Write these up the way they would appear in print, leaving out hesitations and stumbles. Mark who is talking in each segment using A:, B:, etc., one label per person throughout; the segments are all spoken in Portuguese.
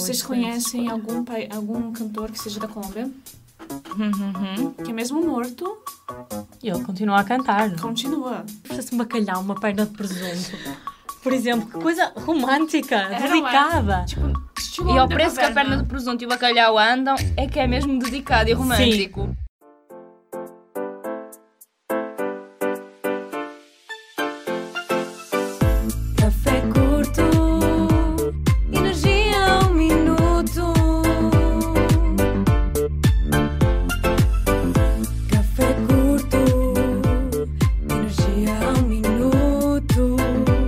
A: Vocês conhecem algum cantor que seja da Colômbia? Que é mesmo morto.
B: E ele continua a cantar.
A: Continua.
B: Parece um bacalhau, uma perna de presunto. Por exemplo, que coisa romântica,
A: Não
B: delicada.
A: é? Tipo, estilo
C: E ao
A: da
C: preço que a
A: caverna.
C: perna de presunto e o bacalhau andam, é que é mesmo dedicado e romântico.
D: Café curto, energia 1 minuto. Café curto, energia 1 minuto.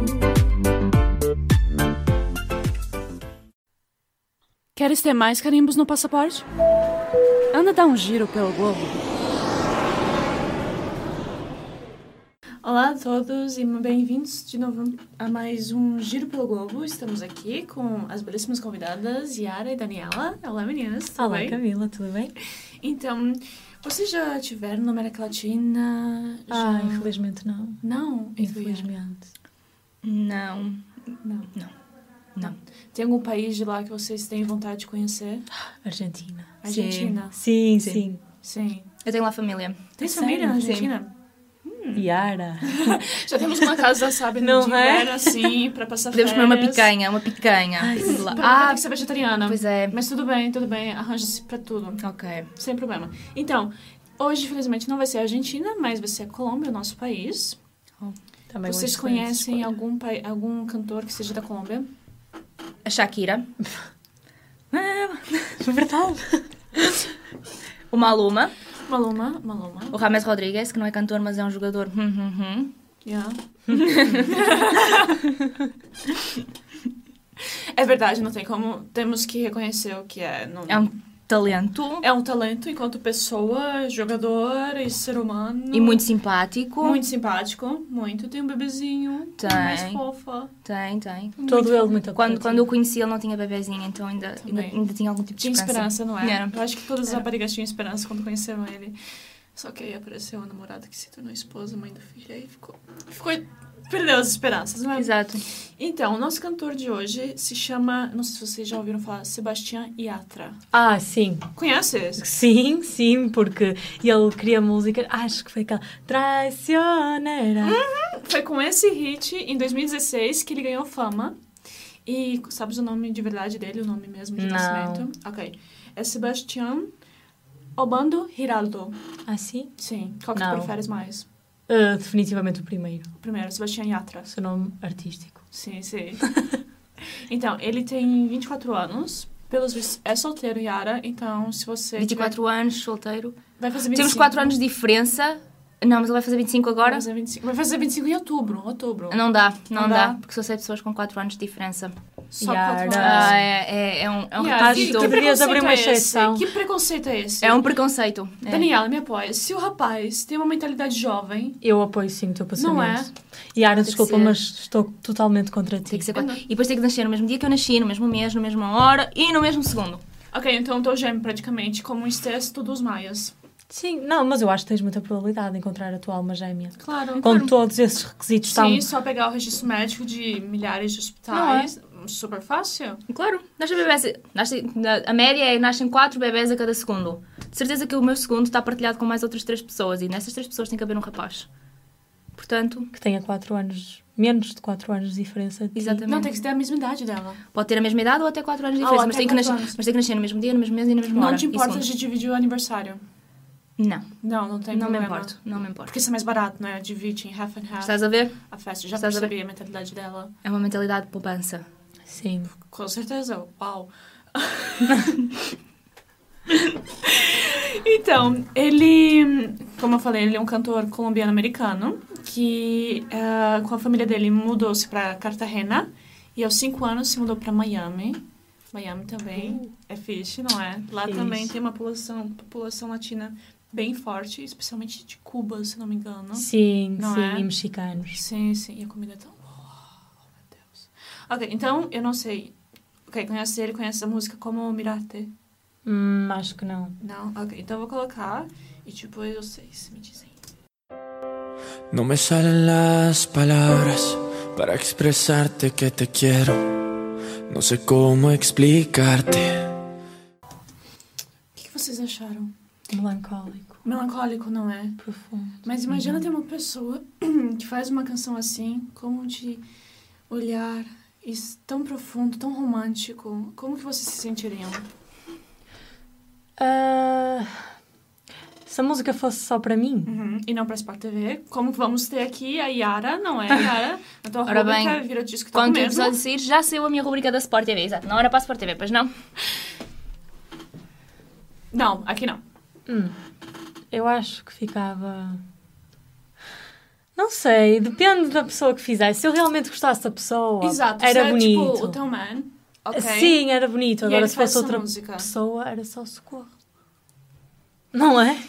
A: Queres ter mais carimbos no passaporte? Anda dar um giro pelo globo. Olá a todos e bem-vindos de novo a mais um Giro pelo Globo. Estamos aqui com as belíssimas convidadas Yara e Daniela. Olá, meninas, tudo
B: Olá,
A: bem?
B: Camila, tudo bem?
A: Então, vocês já tiveram na América Latina? Já...
B: Infelizmente não.
A: Não?
B: Infelizmente.
C: Não.
A: Não. Tem algum país de lá que vocês têm vontade de conhecer?
B: Argentina.
A: Argentina?
B: Sim.
A: Sim.
C: Eu tenho lá família.
A: Tem
B: Sério?
A: família na Argentina?
B: Yara.
A: Já temos uma casa, sabe,
B: Não
A: de
B: é?
A: inverno, assim, pra passar
C: Podemos
A: férias.
C: comer uma picanha.
B: Ai,
C: Tudo lá.
A: Vai ter que ser vegetariana.
C: Pois é.
A: Mas tudo bem, arranja-se pra tudo.
C: Ok.
A: Sem problema. Então, hoje, infelizmente, não vai ser a Argentina, mas vai ser a Colômbia, o nosso país.
B: Também
A: Vocês
B: muito
A: conhecem
B: escolha.
A: algum cantor que seja da Colômbia?
C: A Shakira.
B: Verdade.
C: O Maluma.
A: Maluma.
C: O James Rodrigues, que não é cantor, mas é um jogador.
A: Yeah. É verdade, não tem como. Temos que reconhecer o que é. Não...
C: É um talento.
A: É um talento enquanto pessoa, jogador e ser humano.
C: E muito simpático.
A: Muito simpático, muito. Tem um bebezinho.
C: Tem.
A: Mais fofa.
C: Tem.
B: Todo ele muito
C: Quando eu o conheci, ele não tinha bebezinho, então ainda tinha algum tipo de
A: Tinha esperança, não é?
C: Era.
A: Eu acho que todas as raparigas tinham esperança quando conheceram ele. Só que aí apareceu a namorada que se tornou esposa, mãe do filho, aí ficou... Perdeu as esperanças, não é?
C: Exato.
A: Então, o nosso cantor de hoje se chama, não sei se vocês já ouviram falar, Sebastián Yatra.
B: Sim.
A: Conhece esse?
B: Sim, porque ele cria música, acho que foi aquela Traicionera.
A: Foi com esse hit, em 2016, que ele ganhou fama. E sabes o nome de verdade dele, o nome mesmo de
B: Não.
A: nascimento? Ok. É Sebastián Obando Giraldo.
B: Sim?
A: Sim. Qual que tu
B: Não.
A: preferes mais?
B: Definitivamente o primeiro.
A: O primeiro, Sebastián Yatra.
B: Seu nome artístico.
A: Sim. Então, ele tem 24 anos. Pelos vistos, é solteiro, Yara. Então, se você
C: 24 anos, solteiro.
A: vai fazer 25.
C: Temos 4 anos de diferença. Não, mas ele vai fazer 25 agora.
A: Vai fazer 25 em outubro.
C: Não dá.
A: Não dá?
C: Porque só sei pessoas com 4 anos de diferença.
A: Só
B: Yara.
A: 4 anos.
C: É um
A: Yara,
C: requisito.
B: que deverias abrir uma
A: preconceito é esse?
B: exceção.
A: Que preconceito é esse?
C: É um preconceito. É.
A: Daniela, me apoia. Se o rapaz tem uma mentalidade jovem...
B: Eu apoio sim o teu pensamento.
A: Não é?
B: Yara,
C: que
B: desculpa,
C: ser.
B: mas estou totalmente contra ti.
C: Tem que ser
A: Eu
C: 4.
A: não.
C: E depois tem que nascer no mesmo dia que eu nasci, no mesmo mês, na mesma hora e no mesmo segundo.
A: Ok, então eu tô gêmeo praticamente, como um excesso dos maias.
B: Sim, não, mas eu acho que tens muita probabilidade de encontrar a tua alma gêmea.
A: Claro.
B: Com todos esses requisitos tão...
A: Sim, só pegar o registro médico de milhares de hospitais. Super fácil.
C: Claro. A média é que nascem 4 bebés a cada segundo. De certeza que o meu segundo está partilhado com mais outras 3 pessoas. E nessas 3 pessoas tem que haver um rapaz. Portanto...
B: Que tenha 4 anos, menos de 4 anos de diferença de ti.
C: Exatamente.
A: Não, tem que ter a mesma idade dela.
C: Pode ter a mesma idade ou até 4 anos de
A: Ou
C: diferença.
A: até
C: Mas tem, que
A: 4
C: nascer,
A: anos.
C: mas tem que nascer no mesmo dia, no mesmo mês e na mesma hora.
A: Não te importa
C: E segundo.
A: de dividir o aniversário?
C: Não.
A: Não tem
C: Não me
A: problema.
C: importo. Não me importo.
A: Porque isso é mais barato, né? Divide em half and half.
C: Estás a ver?
A: A festa. Já
C: Estás a ver?
A: percebi a mentalidade dela.
C: É uma mentalidade de poupança.
B: Sim.
A: Com certeza. Uau. Então, ele... Como eu falei, ele é um cantor colombiano-americano que, com a família dele, mudou-se para Cartagena e aos 5 anos se mudou para Miami. Miami também é fixe, não é? Lá
B: Fixe.
A: também tem uma população latina bem forte, especialmente de Cuba, se não me engano.
B: Sim,
A: Não
B: sim,
A: é?
B: e mexicanos.
A: Sim. E a comida é tão boa. Oh, meu Deus. Ok, então, eu não sei. Ok, conhece a música Como Mirarte?
B: Acho que não.
A: Não? Ok, então eu vou colocar e depois vocês me dizem.
E: No me salen las palabras para expresarte que te quiero. no sé cómo explicarte.
A: O que vocês acharam?
B: Melancólico,
A: Melancólico, não é?
B: profundo.
A: Mas imagina ter uma pessoa que faz uma canção assim, como de olhar tão profundo, tão romântico. Como que vocês se sentiriam?
B: Se a música fosse só para mim,
A: E não para Sport TV. Como que vamos ter aqui a Yara, não é, Yara? Na tua
C: Ora
A: rubrica,
C: bem,
A: vira disco
C: Quando o
A: mesmo.
C: episódio sair, já saiu a minha rubrica da Sport TV. Exato, não era para a Sport TV, pois não?
A: Não, aqui não.
B: eu acho que ficava... Não sei, depende da pessoa que fizesse. Se eu realmente gostasse da pessoa,
A: Exato,
B: era
A: se é,
B: bonito.
A: tipo o teu man, ok?
B: Sim, era bonito.
A: E
B: Agora,
A: ele
B: se
A: faz
B: fosse
A: essa
B: outra
A: música.
B: pessoa, era só socorro. Não é?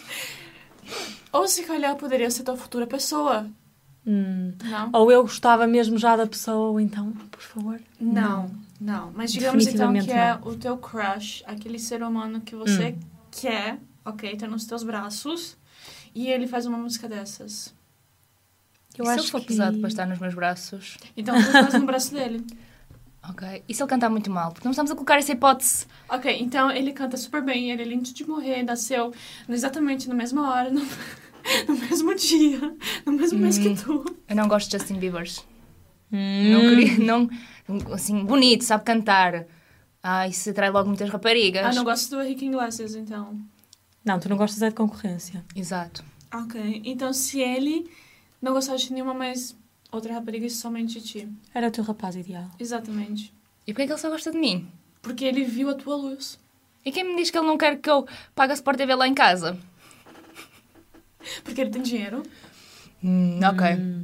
A: Ou se calhar poderia ser tua futura pessoa. Não?
B: Ou eu gostava mesmo já da pessoa, ou então, por favor.
A: Não. Mas digamos então
B: Definitivamente
A: que é
B: não.
A: o teu crush, aquele ser humano que você quer, ok, ter nos teus braços, e ele faz uma música dessas.
B: Eu
C: E se
B: acho
C: ele for
B: que...
C: pesado para estar nos meus braços?
A: Então tu faz no braço dele.
C: Ok. E se ele cantar muito mal? Porque não estamos a colocar essa hipótese.
A: Ok, então ele canta super bem, ele antes de morrer, nasceu exatamente na mesma hora, no mesmo dia, no mesmo mês que tu.
C: Eu não gosto de Justin Bieber. Não queria... Não, assim, bonito, sabe cantar. Isso atrai logo muitas raparigas.
A: Não gosto do Rick Iglesias, então.
B: Não, tu não gostas é de concorrência.
C: Exato.
A: Ok, então se ele não gostar de nenhuma mais outra rapariga, somente de ti.
B: Era o teu rapaz ideal.
A: Exatamente.
C: E porquê é que ele só gosta de mim?
A: Porque ele viu a tua luz.
C: E quem me diz que ele não quer que eu pague a Sport TV lá em casa?
A: Porque ele tem dinheiro.
C: Ok.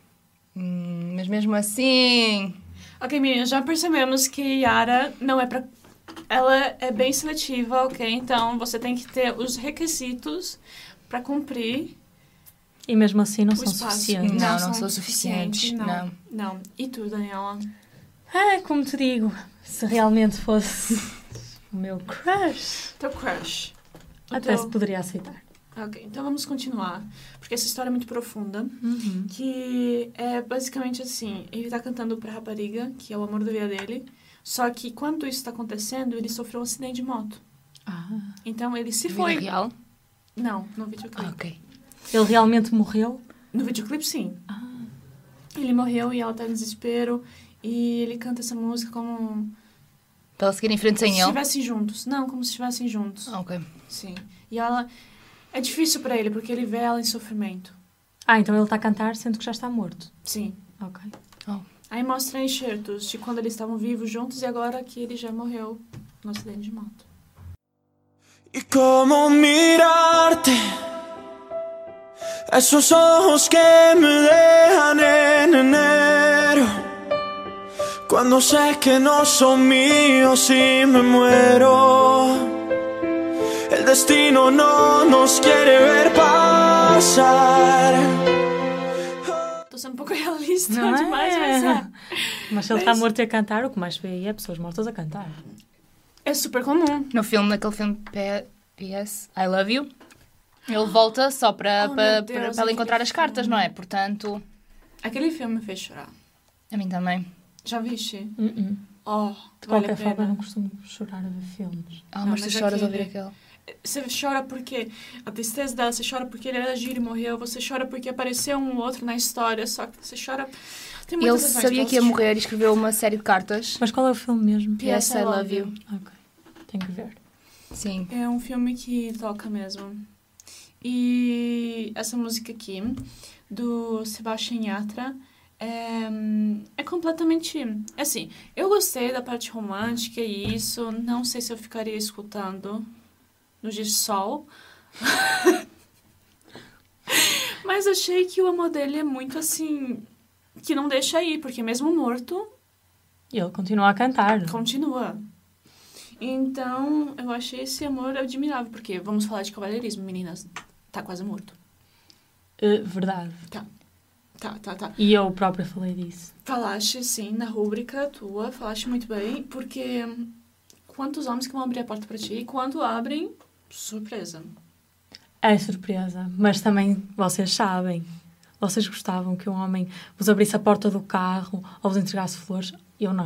C: Mas mesmo assim...
A: Ok, meninas, já percebemos que Yara não é pra... Ela é bem seletiva, ok? Então, você tem que ter os requisitos pra cumprir
B: E mesmo assim não
A: o
B: são
A: espaço.
B: suficientes.
C: Não
A: são
C: sou suficientes,
A: Não. E tu, Daniela?
B: Como te digo, se realmente fosse o meu crush,
A: Teu crush. O
B: até
A: teu-
B: se poderia aceitar.
A: Ok, então vamos continuar. Porque essa história é muito profunda. Que é basicamente assim: ele tá cantando pra rapariga, que é o amor da vida dele. Só que quando isso tá acontecendo, ele sofreu um acidente de moto. Então ele se
C: Vida
A: foi.
C: real?
A: Não, no videoclipe.
C: Ok.
B: Ele realmente morreu?
A: No videoclipe, sim. Ele morreu e ela tá em desespero. E ele canta essa música como
C: Para ela seguir em frente sem
A: se
C: ele?
A: estivessem juntos. Não, como se estivessem juntos.
C: Ok.
A: Sim. E ela... É difícil pra ele, porque ele vê ela em sofrimento.
B: Então ele está a cantar sendo que já está morto.
A: Sim.
B: Ok.
A: Aí mostra enxertos de quando eles estavam vivos juntos e agora que ele já morreu no acidente de moto.
E: Y cómo mirarte, esos ojos que me dejan en enero, cuando sé que no son míos y me muero. El destino no nos quiere ver pasar.
A: Tô sendo um pouco realista
B: Não é?
A: demais, mas é.
B: Mas se ele está morto e a cantar, o que mais vê aí é pessoas mortas a cantar.
A: É super comum.
C: No filme, naquele filme P.S. I Love You, ele volta só para
A: Oh, meu
C: para
A: Deus,
C: ela
A: aquele
C: encontrar as cartas,
A: filme.
C: não é? Portanto,
A: Aquele filme me fez chorar.
C: a mim também.
A: Já viste?
B: De
A: Oh,
B: qualquer
A: vale a
B: forma, eu
A: pena.
B: não costumo chorar a ver filmes.
C: Mas tu
A: mas
C: choras a
A: aquele-
C: ouvir aquele.
A: Você chora porque a tristeza dela, você chora porque ele era giro e morreu, você chora porque apareceu um outro na história, só que você chora... Tem
C: Ele
A: muitas razões
C: sabia
A: pra
C: que ia
A: você
C: morrer e escreveu uma série de cartas.
B: Mas qual é o filme mesmo?
C: P.S. I Love You.
B: Ok. Tenho que ver.
C: Sim.
A: É um filme que toca mesmo. E essa música aqui, do Sebastian Yatra, é completamente... Assim, eu gostei da parte romântica e isso, não sei se eu ficaria escutando no dia de sol. Mas achei que o amor dele é muito assim... Que não deixa ir, porque mesmo morto,
B: E ele continua a cantar.
A: continua. Então, eu achei esse amor admirável, porque vamos falar de cavalheirismo, meninas. Tá quase morto.
B: Verdade.
A: Tá.
B: E eu própria falei disso.
A: Falaste, sim, na rúbrica tua, falaste muito bem, porque quantos homens que vão abrir a porta pra ti e quando abrem, surpresa.
B: É surpresa. Mas também vocês sabem. Vocês gostavam que um homem vos abrisse a porta do carro ou vos entregasse flores? Eu não.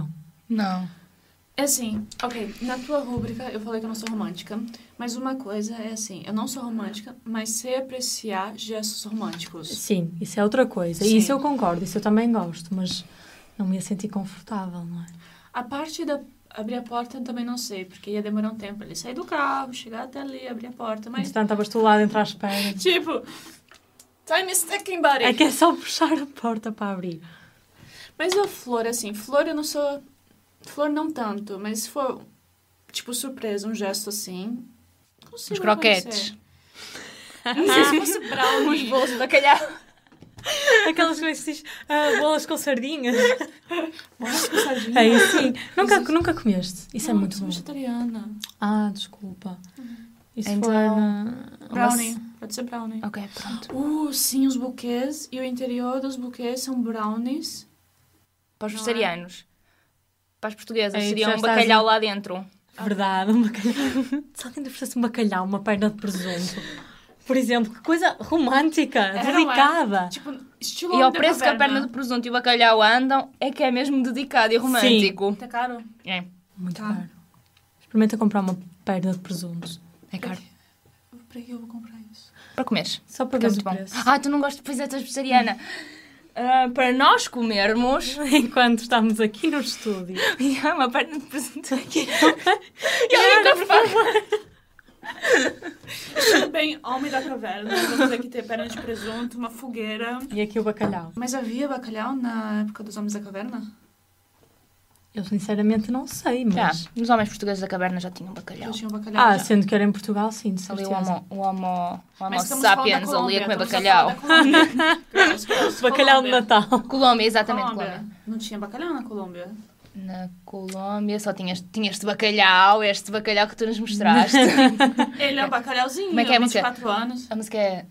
C: Não.
A: É assim, ok, na tua rúbrica eu falei que eu não sou romântica, mas uma coisa é assim, eu não sou romântica, mas sei apreciar gestos românticos.
B: Sim, isso é outra coisa.
A: Sim.
B: E isso eu concordo, isso eu também gosto, mas não me ia sentir confortável, não é?
A: A parte da abrir a porta eu também não sei, porque ia demorar um tempo ele sair do carro, chegar até ali, abrir a porta, mas
B: Entretanto, estavas tu lá dentro à espera.
A: tipo, time is ticking, buddy.
B: É que é só puxar a porta para abrir.
A: Mas a flor, assim, flor eu não sou... Flor não tanto, mas se for, tipo, surpresa, um gesto assim... consigo
C: Os croquetes.
A: reconhecer. Não sei se fosse brownie.
C: Os bolos de bacalhau.
B: Aquelas coisas que diz, bolas com sardinhas.
A: Bolas com sardinha.
B: É isso, sim. Nunca comeste. Isso é
A: Não,
B: muito
A: sou
B: bom.
A: vegetariana.
B: Ah, desculpa. E se
C: Então,
B: for na...
A: Brownie. Pode ser brownie.
C: Ok, pronto.
A: Sim, os buquês. E o interior dos buquês são brownies.
C: Para os
A: Não é?
C: vegetarianos. Para as portuguesas,
B: Aí,
C: seria
B: já
C: um
B: estás
C: bacalhau
B: a-
C: lá dentro.
B: Verdade, um bacalhau. Se alguém oferecesse um bacalhau, uma perna de presunto. Por exemplo, que coisa romântica,
A: Era,
B: dedicada.
A: Tipo, estilo
C: E
A: Homem
C: ao
A: da
C: preço que a
A: Caverna.
C: perna de presunto e o bacalhau andam, é que é mesmo dedicado e romântico.
A: Tá caro?
C: É,
B: Muito
A: Tá.
B: caro. Experimenta comprar uma perna de presunto.
C: é caro.
A: Para que eu vou comprar isso?
C: Para comeres.
B: Só para
C: Porque é
B: ver
C: muito
B: o
C: bom.
B: preço.
C: Ah, tu não gostas de fazer essa vegetariana. Para nós comermos,
B: Enquanto estamos aqui no estúdio.
C: e há uma perna de presunto aqui.
A: E alguém compra... Tudo bem, Homem da Caverna. Vamos aqui ter perna de presunto, uma fogueira.
B: E aqui o bacalhau.
A: Mas havia bacalhau na época dos Homens da Caverna?
B: Eu sinceramente não sei,
C: Já,
B: mas...
C: os homens portugueses da caverna já tinham bacalhau.
A: Eles tinham bacalhau já.
B: sendo que era em Portugal, sim, de
C: Ali
B: certeza.
C: o homo
A: Mas estamos falando da
C: sapiens ali a comer
A: Colômbia,
C: bacalhau.
A: estamos a falar da Colômbia. Gross,
B: Bacalhau de
A: Colômbia.
B: Natal.
C: Colômbia, exatamente,
A: Colômbia.
C: Colômbia.
A: Não tinha bacalhau na Colômbia?
C: Na Colômbia só tinhas este bacalhau que tu nos mostraste.
A: Ele é um bacalhauzinho,
C: Como é que é a música?
A: 24 anos.
C: A música é...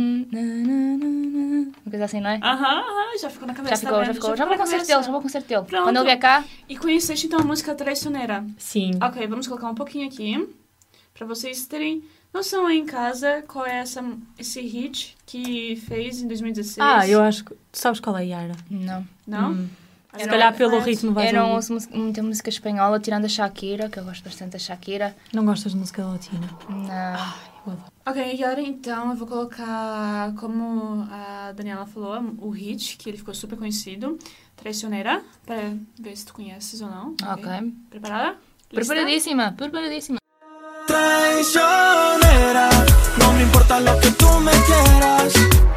C: Uma coisa assim, não é?
A: Aham, já ficou na cabeça.
C: Já ficou,
A: tá
C: já
A: vendo?
C: ficou. Já vou ao concerto dele, já vou ao concerto dele.
A: Pronto.
C: Quando ele vier cá,
A: E conheceste então a música Traiçoeira.
B: Sim.
A: Ok, vamos colocar um pouquinho aqui, pra vocês terem noção aí em casa qual é esse hit que fez em 2016.
B: Eu acho que... Tu sabes qual é, Yara?
C: não.
A: Não?
B: Se calhar pelo ritmo vais
C: Eu não
B: ouvir.
C: ouço muita música espanhola, tirando a Shakira, que eu gosto bastante da Shakira.
B: Não gostas de música latina?
C: Não.
B: Eu adoro.
A: Ok, e agora então eu vou colocar, como a Daniela falou, o hit, que ele ficou super conhecido, Traiçoeira, pra ver se tu conheces ou não.
C: Ok.
A: Preparada? Lista?
C: Preparadíssima, preparadíssima.
E: Traicionera, no me importa lo que tú me quieras.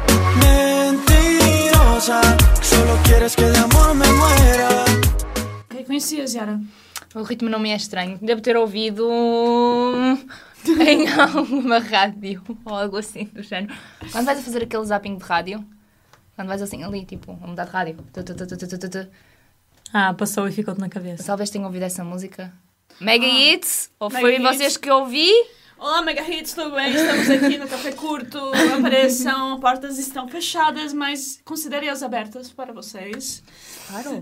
E: Mentirosa, solo quieres que de amor me muera.
A: Ok, conhecias, Yara?
C: O ritmo não me é estranho. Devo ter ouvido em alguma rádio ou algo assim do género. Quando vais a fazer aquele zapping de rádio, quando vais assim ali, tipo, a mudar de rádio,
B: Passou e ficou-te na cabeça.
C: talvez tenham ouvido essa música. Mega Hits? Ou
A: Mega
C: foi
A: Hits.
C: vocês que ouvi?
A: Olá, Mega Hits, tudo bem? Estamos aqui no Café Curto. Apareçam, portas estão fechadas, mas considere-as abertas para vocês.
C: Claro.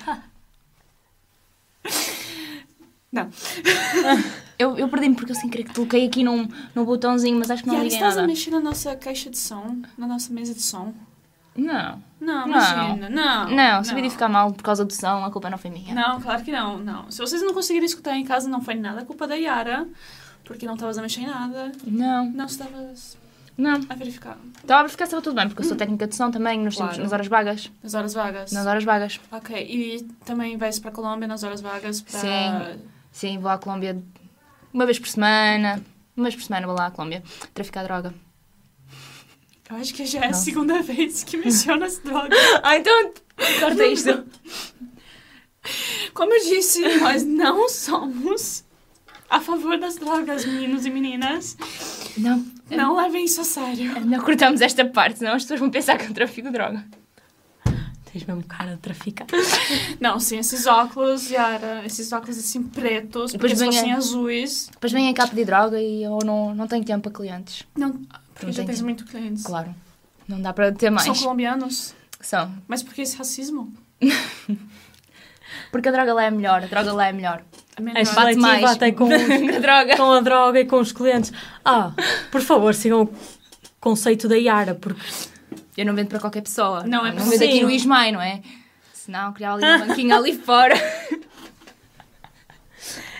A: Não.
C: Eu perdi-me porque eu sem querer que coloquei aqui num botãozinho, mas acho que não
A: Yara,
C: liguei
A: estás a
C: nada.
A: mexer na nossa caixa de som, na nossa mesa de som?
C: Não.
A: Não,
C: Não.
A: imagina, não.
C: Não, se vir ficar mal por causa do som, a culpa não foi minha.
A: Não, claro que não, não. Se vocês não conseguirem escutar em casa, não foi nada culpa da Yara, porque não estavas a mexer em nada.
C: Não.
A: Não estavas
C: Não.
A: a verificar.
C: Estava a verificar se estava tudo bem, porque eu sou técnica de som também nos
A: Claro.
C: tempos- nas horas vagas.
A: Nas horas vagas.
C: Nas horas vagas.
A: Ok, e também vais para a Colômbia nas horas vagas para...
C: Sim. Sim, vou à Colômbia uma vez por semana. Uma vez por semana vou lá à Colômbia traficar droga.
A: Eu acho que já é a
C: Nossa.
A: segunda vez que mencionas drogas.
C: Ah, então corta isto.
A: Como eu disse, nós não somos a favor das drogas, meninos e meninas.
C: Não,
A: Não levem isso a sério.
C: não cortamos esta parte, senão as pessoas vão pensar que eu trafico droga.
B: Tens mesmo cara de traficar.
A: Não, sim, esses óculos, Yara, esses óculos assim pretos, porque
C: Depois
A: se
C: vem
A: fossem
C: a-
A: azuis...
C: Depois vêm cá pedir droga e eu não tenho tempo para clientes.
A: Não, porque
C: Não
A: já
C: tem
A: tens
C: tempo.
A: muito clientes.
C: Claro. Não dá para ter mais.
A: São colombianos.
C: São.
A: Mas por que esse racismo?
C: Porque a droga lá é melhor. A droga lá é melhor.
A: É melhor.
B: É
C: Bate
B: seletiva
C: mais.
B: até com,
C: Com a droga.
B: com a droga e com os clientes. Por favor, sigam o conceito da Yara, porque
C: Eu não vendo para qualquer pessoa.
A: Não, é
C: Não vendo aqui
B: possível.
C: no Ismael, não é? Senão criava ali uma banquinha ali fora.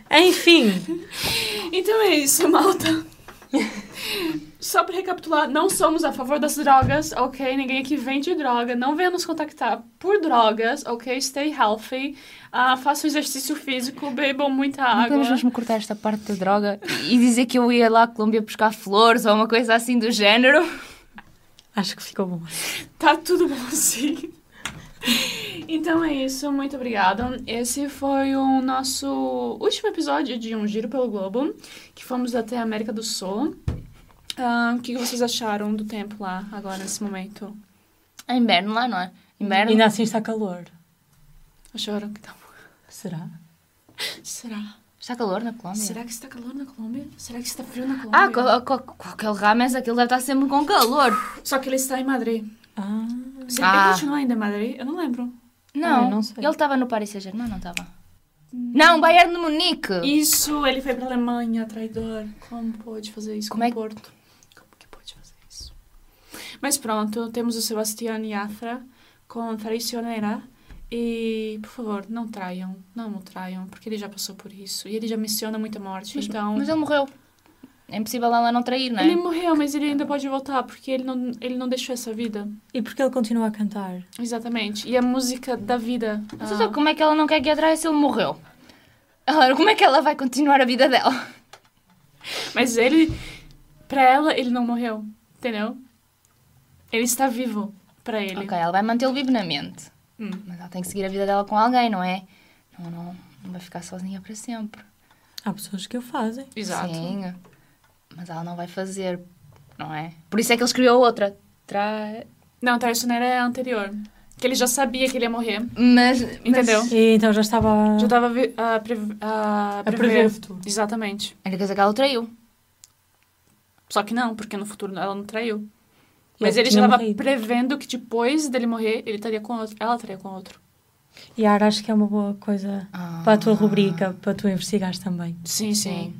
B: Enfim.
A: Então é isso, malta. Só pra recapitular, não somos a favor das drogas, ok? Ninguém aqui vende droga. Não venha nos contactar por drogas, ok? Stay healthy. Façam exercício físico, bebam muita
C: Não
A: água.
C: podemos mesmo cortar esta parte da droga e dizer que eu ia lá à Colômbia buscar flores ou uma coisa assim do género.
B: Acho que ficou bom.
A: Tá tudo bom assim. Então é isso, muito obrigada. Esse foi o nosso último episódio de Um Giro pelo Globo, que fomos até a América do Sul. O que vocês acharam do tempo lá, agora, nesse momento?
C: É inverno lá, não é? Inverno.
B: Ainda assim está calor.
A: Acharam que tá...
B: Será?
A: Será?
C: Está calor na Colômbia?
A: Será que está calor na Colômbia? Será que está frio na Colômbia?
C: Com aquele Rames, aquilo deve estar sempre com calor.
A: Só que ele está em Madrid.
B: Ah.
A: Ele continua ainda em Madrid? Eu não lembro.
C: Não,
B: não sei.
C: ele estava no Paris Saint-Germain, não estava? Não, Bayern de Munique.
A: Isso, ele foi pra Alemanha, traidor. Como pôde fazer isso
C: Como
A: com
C: é
A: o Porto? Como que pode fazer isso? Mas pronto, temos o Sebastián Yatra com Traicionera. E, por favor, não traiam. Não o traiam, porque ele já passou por isso. E ele já menciona muita morte, então...
C: Mas ele morreu. É impossível ela não trair, não é?
A: Ele morreu, mas ele ainda pode voltar, porque ele não deixou essa vida.
B: E porque ele continua a cantar?
A: Exatamente. E a música da vida.
C: Mas então, como é que ela não quer que atraia se ele morreu? Como é que ela vai continuar a vida dela?
A: Mas ele... Pra ela, ele não morreu. Entendeu? Ele está vivo pra ele.
C: Ok, ela vai mantê-lo vivo na mente. Mas ela tem que seguir a vida dela com alguém, não é? Não vai ficar sozinha para sempre.
B: Há pessoas que o fazem.
A: Exato.
C: Sim. Mas ela não vai fazer, não é? Por isso é que ele escreveu outra.
A: Não, Traicionera é a anterior. Que ele já sabia que ele ia morrer.
C: Mas...
A: Entendeu?
B: E então já estava...
A: Já estava
B: a prever o futuro.
A: Exatamente.
C: A única coisa que ela o traiu.
A: Só que não, porque no futuro ela não traiu. Mas ele já
B: tinha
A: estava
B: morrido.
A: prevendo que depois dele morrer, ele estaria com outro. Ela estaria com outro.
B: E acho que é uma boa coisa para a tua rubrica, para tu investigares também.
A: Sim.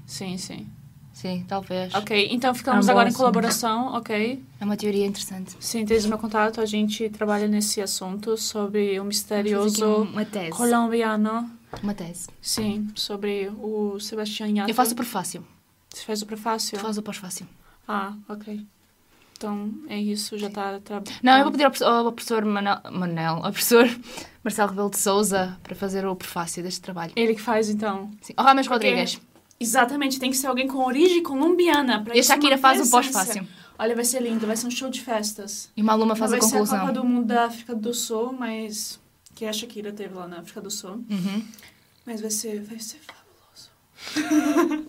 C: Sim, talvez.
A: Ok, então ficamos
B: É um bom
A: agora em
B: assunto.
A: colaboração, ok?
C: É uma teoria interessante.
A: Sim, tens o meu contato, a gente trabalha nesse assunto sobre o
C: Vamos fazer
A: misterioso
C: aqui uma tese.
A: colombiano.
C: Uma tese.
A: Sim, sobre o Sebastián Yatra.
C: Eu faço o prefácio.
A: Você faz o prefácio?
C: Tu fazes o pós-fácio.
A: Ok. Então, é isso, já está...
C: Não, eu vou pedir ao professor ao professor Marcelo Rebelo de Sousa para fazer o prefácio deste trabalho.
A: Ele que faz, então.
C: Sim. O Rames
A: Porque-
C: Rodrigues.
A: Exatamente, tem que ser alguém com origem colombiana. Pra
C: E a
A: isso
C: Shakira
A: manter
C: faz o
A: essência.
C: pós-fácio.
A: Olha, vai ser lindo, vai ser um show de festas.
C: E Maluma faz
A: Não
C: a
A: vai ser a
C: conclusão.
A: Copa do Mundo da África do Sul, mas... Que a Shakira teve lá na África do Sul.
C: Uhum.
A: Mas vai ser fabuloso.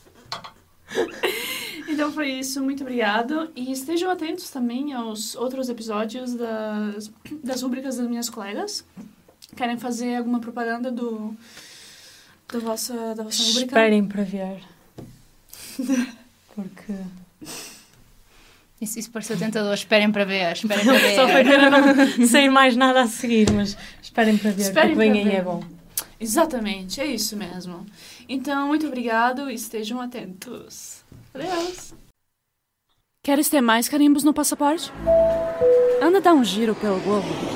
A: Então foi isso, muito obrigado. E estejam atentos também aos outros episódios das rubricas das minhas colegas. Querem fazer alguma propaganda da vossa rubrica?
B: Esperem para ver. Porque...
C: Isso pareceu tentador. Esperem para ver. Esperem para ver.
B: Só foi para não sair mais nada a seguir, mas esperem para ver,
A: Esperem
B: porque vem
A: para
B: aí
A: ver.
B: é bom.
A: Exatamente, é isso mesmo. Então, muito obrigado e estejam atentos. Adeus! Queres ter mais carimbos no passaporte? Anda dar um giro pelo globo.